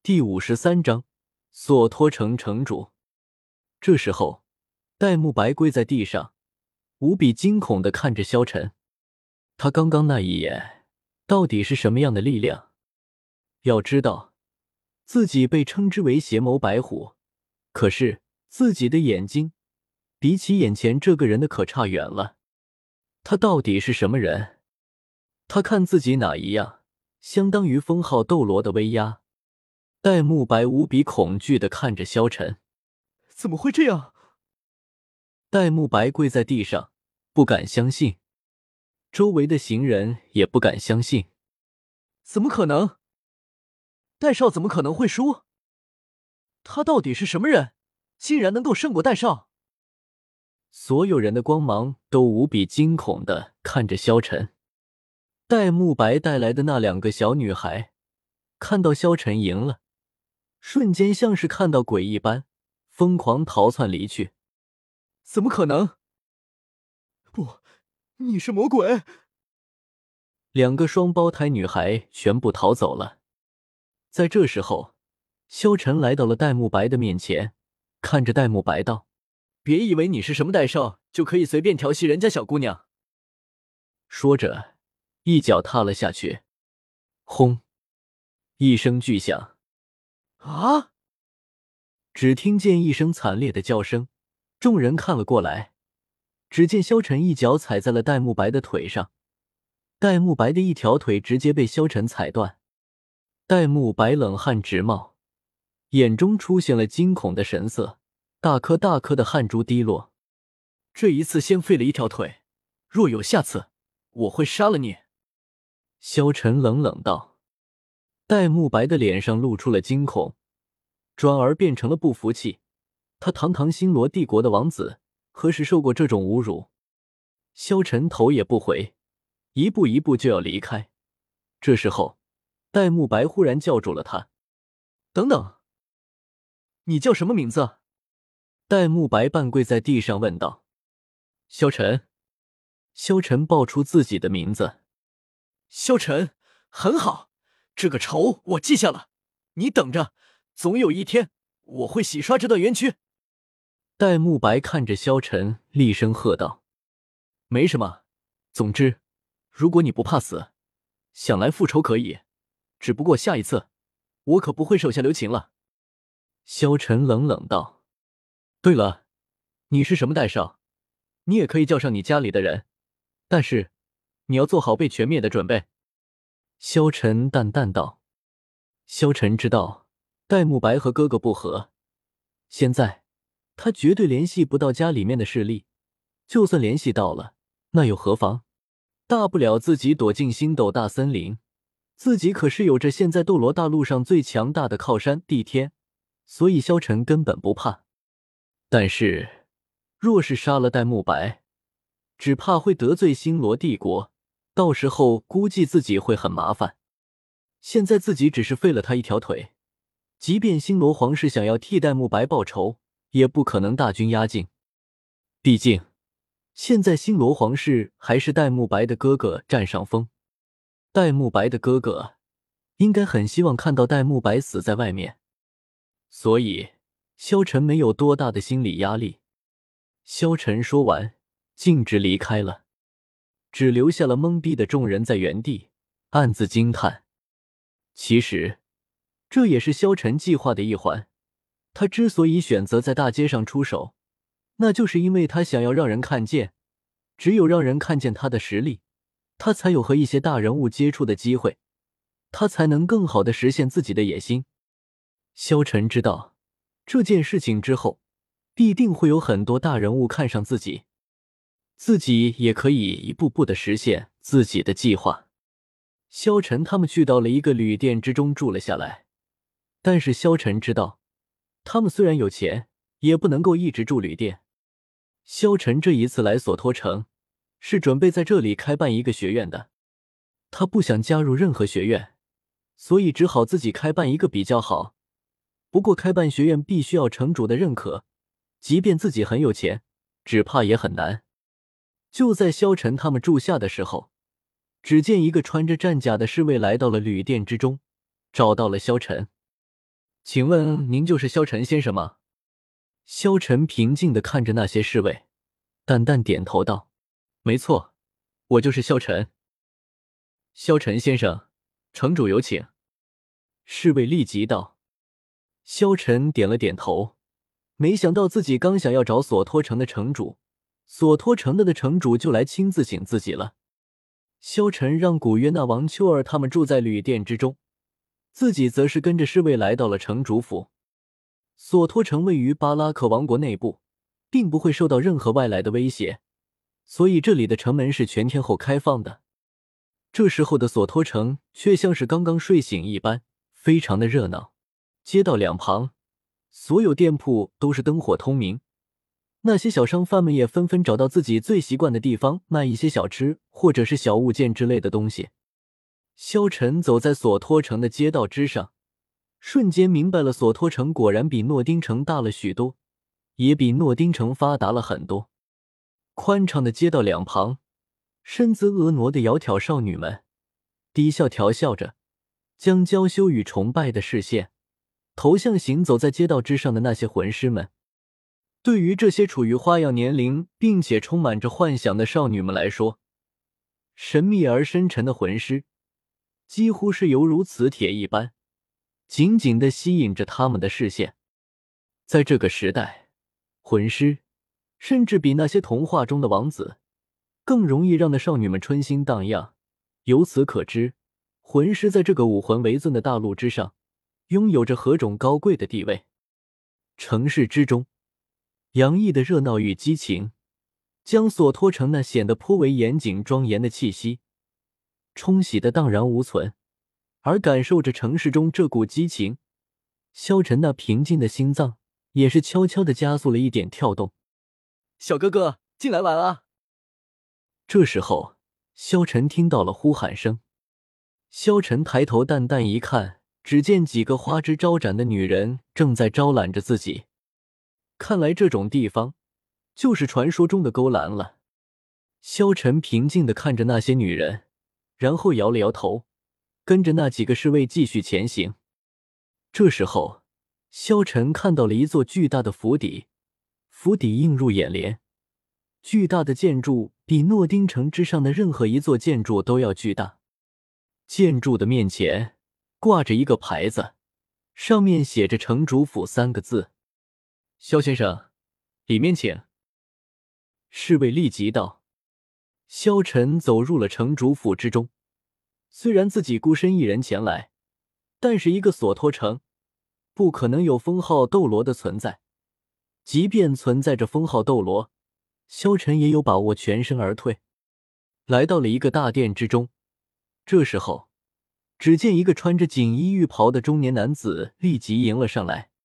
第53章所托城城主。这时候，戴沐白跪在地上，无比惊恐地看着萧晨。他刚刚那一眼，到底是什么样的力量？要知道，自己被称之为邪眸白虎，可是自己的眼睛，比起眼前这个人的可差远了。他到底是什么人？他看自己哪一样，相当于封号斗罗的威压。戴沐白无比恐惧地看着萧晨。 怎么会这样？ 戴沐白跪在地上，不敢相信，周围的行人也不敢相信。 怎么可能？戴少怎么可能会输？他到底是什么人，竟然能够胜过戴少？ 所有人的光芒都无比惊恐地看着萧晨。戴沐白带来的那两个小女孩，看到萧晨赢了，瞬间像是看到鬼一般，疯狂逃窜离去。 怎么可能？不，你是魔鬼！ 两个双胞胎女孩全部逃走了。在这时候，萧晨来到了戴沐白的面前，看着戴沐白道：“ 别以为你是什么戴少，就可以随便调戏人家小姑娘。” 说着，一脚踏了下去。轰！一声巨响。 啊！ 只听见一声惨烈的叫声，众人看了过来，只见萧晨一脚踩在了戴沐白的腿上，戴沐白的一条腿直接被萧晨踩断。戴沐白冷汗直冒，眼中出现了惊恐的神色，大颗大颗的汗珠滴落。 这一次先废了一条腿，若有下次，我会杀了你。 萧晨冷冷道。戴沐白的脸上露出了惊恐，转而变成了不服气。他堂堂星罗帝国的王子，何时受过这种侮辱？萧晨头也不回，一步一步就要离开。这时候，戴沐白忽然叫住了他：“ 等等，你叫什么名字？” 戴沐白半跪在地上问道。“萧晨。”萧晨报出自己的名字。 “萧晨，很好，这个仇我记下了，你等着，总有一天我会洗刷这段冤屈。” 戴沐白看着萧晨，厉声喝道：“ 没什么，总之，如果你不怕死，想来复仇可以，只不过下一次，我可不会手下留情了。” 萧晨冷冷道：“ 对了，你是什么戴少？你也可以叫上你家里的人，但是你要做好被全灭的准备。” 萧晨淡淡道。萧晨知道戴沐白和哥哥不和，现在他绝对联系不到家里面的势力，就算联系到了，那又何妨？大不了自己躲进星斗大森林，自己可是有着现在斗罗大陆上最强大的靠山帝天，所以萧晨根本不怕。但是若是杀了戴沐白，只怕会得罪星罗帝国，到时候估计自己会很麻烦。现在自己只是废了他一条腿，即便星罗皇室想要替戴沐白报仇，也不可能大军压境。毕竟现在星罗皇室还是戴沐白的哥哥占上风，戴沐白的哥哥应该很希望看到戴沐白死在外面，所以萧晨没有多大的心理压力。萧晨说完，径直离开了，只留下了懵逼的众人在原地暗自惊叹。其实这也是萧晨计划的一环，他之所以选择在大街上出手，那就是因为他想要让人看见，只有让人看见他的实力，他才有和一些大人物接触的机会，他才能更好地实现自己的野心。萧晨知道这件事情之后，必定会有很多大人物看上自己，自己也可以一步步地实现自己的计划。萧晨他们去到了一个旅店之中住了下来，但是萧晨知道，他们虽然有钱，也不能够一直住旅店。萧晨这一次来索托城，是准备在这里开办一个学院的。他不想加入任何学院，所以只好自己开办一个比较好。不过开办学院必须要城主的认可，即便自己很有钱，只怕也很难。就在萧晨他们住下的时候，只见一个穿着战甲的侍卫来到了旅店之中，找到了萧晨。 请问您就是萧晨先生吗？萧晨平静地看着那些侍卫，淡淡点头道：“没错，我就是萧晨。”萧晨先生，城主有请。侍卫立即道。萧晨点了点头，没想到自己刚想要找索托城的城主，索托城的城主就来亲自请自己了。萧晨让古约娜王秋儿他们住在旅店之中，自己则是跟着侍卫来到了城主府。索托城位于巴拉克王国内部，并不会受到任何外来的威胁，所以这里的城门是全天候开放的。这时候的索托城却像是刚刚睡醒一般，非常的热闹。街道两旁，所有店铺都是灯火通明，那些小商贩们也纷纷找到自己最习惯的地方卖一些小吃或者是小物件之类的东西。萧晨走在索托城的街道之上，瞬间明白了，索托城果然比诺丁城大了许多，也比诺丁城发达了很多。宽敞的街道两旁，身姿婀娜的窈窕少女们低笑调笑着，将娇羞与崇拜的视线投向行走在街道之上的那些魂师们。对于这些处于花样年龄并且充满着幻想的少女们来说，神秘而深沉的魂师几乎是犹如磁铁一般，紧紧地吸引着他们的视线。在这个时代，魂师甚至比那些童话中的王子更容易让那少女们春心荡漾。由此可知，魂师在这个武魂为尊的大陆之上拥有着何种高贵的地位。城市之中洋溢的热闹与激情，将索托城那显得颇为严谨庄严的气息冲洗得荡然无存。而感受着城市中这股激情，萧晨那平静的心脏也是悄悄地加速了一点跳动。小哥哥，进来玩啊！这时候，萧晨听到了呼喊声。萧晨抬头淡淡一看，只见几个花枝招展的女人正在招揽着自己。看来这种地方就是传说中的勾栏了。萧晨平静地看着那些女人，然后摇了摇头，跟着那几个侍卫继续前行。这时候，萧晨看到了一座巨大的府邸，府邸映入眼帘，巨大的建筑比诺丁城之上的任何一座建筑都要巨大。建筑的面前挂着一个牌子，上面写着城主府3个字。萧先生，里面请。侍卫立即道。萧晨走入了城主府之中，虽然自己孤身一人前来，但是一个索托城不可能有封号斗罗的存在，即便存在着封号斗罗，萧晨也有把握全身而退。来到了一个大殿之中，这时候只见一个穿着锦衣玉袍的中年男子立即迎了上来。